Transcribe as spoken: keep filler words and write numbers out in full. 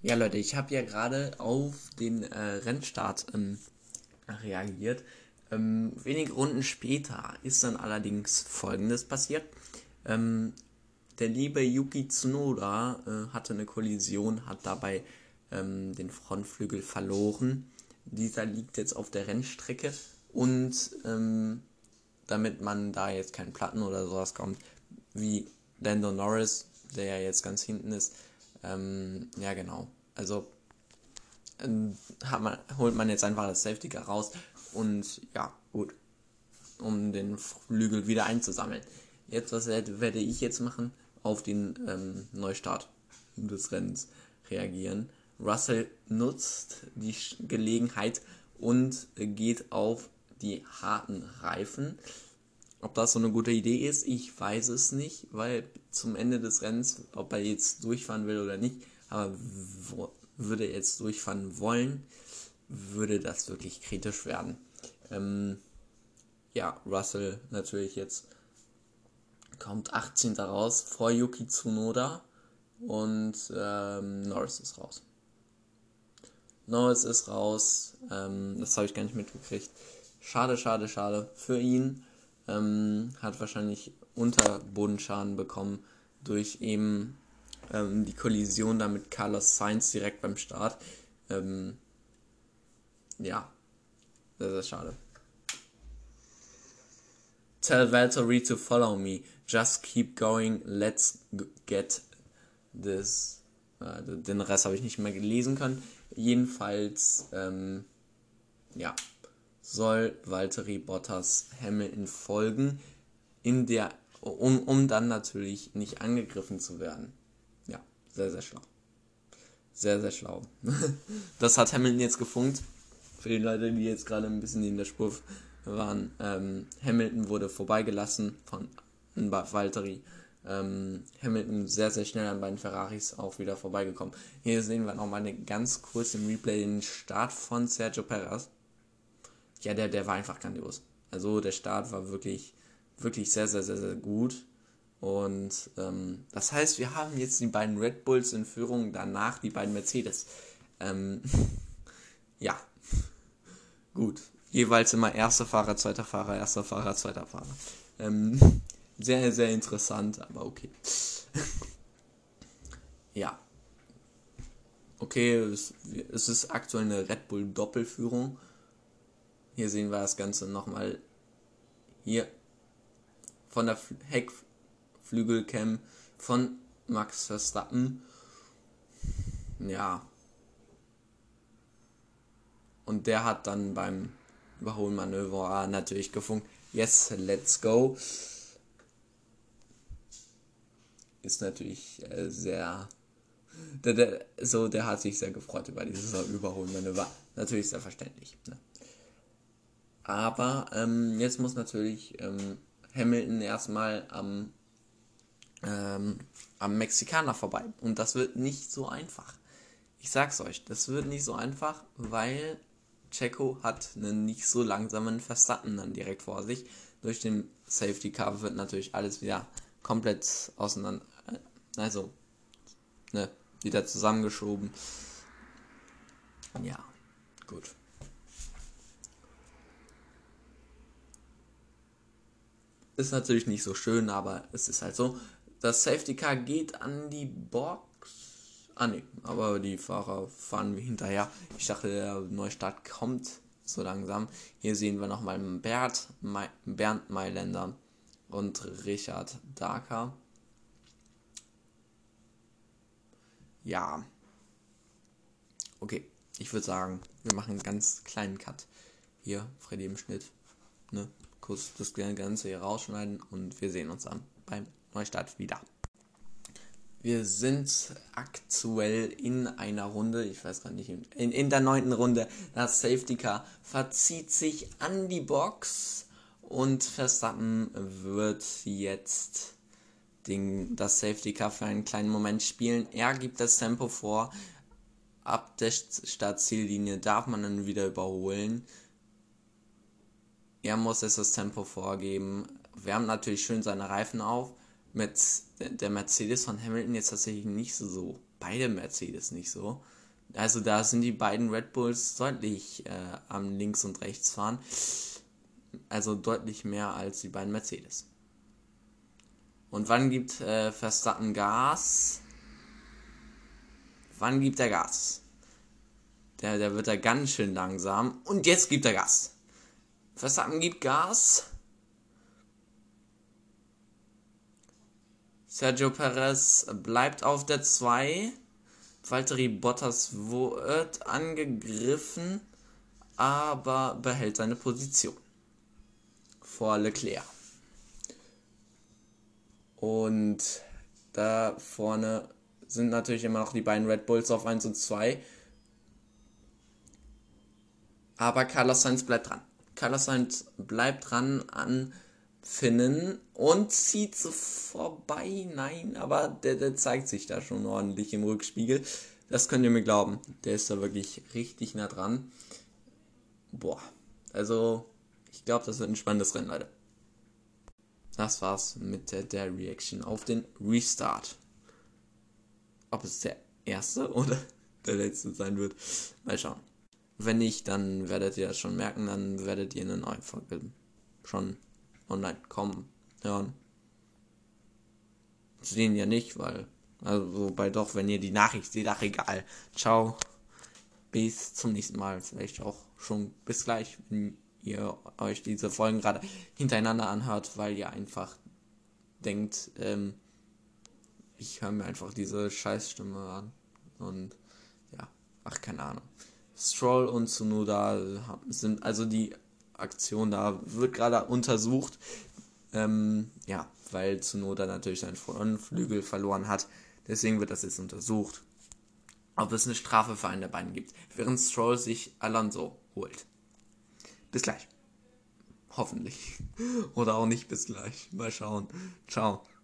Ja, Leute, ich habe ja gerade auf den äh, Rennstart ähm, reagiert. Ähm, wenige Runden später ist dann allerdings Folgendes passiert. Ähm, der liebe Yuki Tsunoda äh, hatte eine Kollision, hat dabei ähm, den Frontflügel verloren. Dieser liegt jetzt auf der Rennstrecke und ähm, damit man da jetzt keinen Platten oder sowas kommt, wie Lando Norris, der ja jetzt ganz hinten ist. Ähm, ja, genau. Also ähm, hat man, holt man jetzt einfach das Safety Car raus und ja, gut, um den Flügel wieder einzusammeln. Jetzt, was werde ich jetzt machen? Auf den ähm, Neustart des Rennens reagieren. Russell nutzt die Gelegenheit und geht auf die harten Reifen. Ob das so eine gute Idee ist, ich weiß es nicht, weil zum Ende des Rennens, ob er jetzt durchfahren will oder nicht, aber wo, würde er jetzt durchfahren wollen, würde das wirklich kritisch werden. Ähm, ja, Russell natürlich jetzt kommt achtzehnter raus vor Yuki Tsunoda und ähm, Norris ist raus. Norris ist raus, ähm, das habe ich gar nicht mitgekriegt. Schade, schade, schade für ihn. Ähm, hat wahrscheinlich Unterbodenschaden bekommen durch eben ähm, die Kollision da mit Carlos Sainz direkt beim Start. Ähm, ja, sehr, sehr schade. Tell Valtteri to follow me. Just keep going. Let's get this. Äh, den Rest habe ich nicht mehr gelesen können. Jedenfalls, ähm, ja, soll Valtteri Bottas Hamilton folgen, in der, um, um dann natürlich nicht angegriffen zu werden. Ja, sehr, sehr schlau. Sehr, sehr schlau. Das hat Hamilton jetzt gefunkt. Für die Leute, die jetzt gerade ein bisschen in der Spur waren. Ähm, Hamilton wurde vorbeigelassen von Valtteri. Ähm, Hamilton sehr, sehr schnell an beiden Ferraris auch wieder vorbeigekommen. Hier sehen wir nochmal eine ganz kurz im Replay den Start von Sergio Perez. Ja, der, der war einfach grandios. Also der Start war wirklich, wirklich sehr, sehr, sehr, sehr gut. Und ähm, das heißt, wir haben jetzt die beiden Red Bulls in Führung, danach die beiden Mercedes. Ähm, ja, gut. Jeweils immer erster Fahrer, zweiter Fahrer, erster Fahrer, zweiter Fahrer. Ähm, sehr, sehr interessant, aber okay. Ja. Okay, es, es ist aktuell eine Red Bull Doppelführung. Hier sehen wir das Ganze nochmal. Hier von der Heckflügelcam von Max Verstappen. Ja. Und der hat dann beim Überholmanöver natürlich gefunkt. Yes, let's go. Ist natürlich äh, sehr... Der, der, so, der hat sich sehr gefreut über dieses Überholmanöver. Natürlich sehr verständlich. Ne? Aber ähm, jetzt muss natürlich ähm, Hamilton erstmal am, ähm, am Mexikaner vorbei. Und das wird nicht so einfach. Ich sag's euch, das wird nicht so einfach, weil Checo hat einen nicht so langsamen Verstappen dann direkt vor sich. Durch den Safety Car wird natürlich alles wieder komplett auseinander, also, ne, wieder zusammengeschoben. Ja, gut. Ist natürlich nicht so schön, aber es ist halt so. Das Safety Car geht an die Box. Ah ne, aber die Fahrer fahren hinterher. Ich dachte, der Neustart kommt so langsam. Hier sehen wir nochmal Bernd, Me- Bernd Mailänder und Richard Daker. Ja. Okay, ich würde sagen, wir machen einen ganz kleinen Cut. Hier, Freddy im Schnitt. Ne? Kurz das Ganze hier rausschneiden und wir sehen uns dann beim Neustart wieder. Wir sind aktuell in einer Runde, ich weiß gar nicht, in, in der neunten Runde. Das Safety Car verzieht sich an die Box und Verstappen wird jetzt den, das Safety Car für einen kleinen Moment spielen. Er gibt das Tempo vor. Ab der Startziellinie darf man dann wieder überholen. Er muss jetzt das Tempo vorgeben. Wärmt natürlich schön seine Reifen auf. Mit der Mercedes von Hamilton jetzt tatsächlich nicht so beide Mercedes nicht so. Also da sind die beiden Red Bulls deutlich äh, am links und rechts fahren. Also deutlich mehr als die beiden Mercedes. Und wann gibt äh, Verstappen Gas? Wann gibt er Gas? Der, der wird da ganz schön langsam. Und jetzt gibt er Gas. Verstappen gibt Gas. Sergio Perez bleibt auf der zwei. Valtteri Bottas wird angegriffen, aber behält seine Position vor Leclerc. Und da vorne sind natürlich immer noch die beiden Red Bulls auf eins und zwei. Aber Carlos Sainz bleibt dran. Carlos Sainz bleibt dran an Finnen und zieht so vorbei. Nein, aber der, der zeigt sich da schon ordentlich im Rückspiegel. Das könnt ihr mir glauben. Der ist da wirklich richtig nah dran. Boah, also ich glaube, das wird ein spannendes Rennen, Leute. Das war's mit der, der Reaction auf den Restart. Ob es der erste oder der letzte sein wird, mal schauen. Wenn nicht, dann werdet ihr das schon merken, dann werdet ihr eine neue Folge schon online kommen, hören. Sehen ja nicht, weil, also wobei doch, wenn ihr die Nachricht seht, ach egal. Ciao, bis zum nächsten Mal, vielleicht auch schon bis gleich, wenn ihr euch diese Folgen gerade hintereinander anhört, weil ihr einfach denkt, ähm, ich höre mir einfach diese Scheißstimme an und ja, ach keine Ahnung. Stroll und Tsunoda sind, also die Aktion da wird gerade untersucht, ähm, ja, weil Tsunoda natürlich seinen Frontflügel verloren hat, deswegen wird das jetzt untersucht, ob es eine Strafe für einen der beiden gibt, während Stroll sich Alonso holt. Bis gleich. Hoffentlich. Oder auch nicht bis gleich. Mal schauen. Ciao.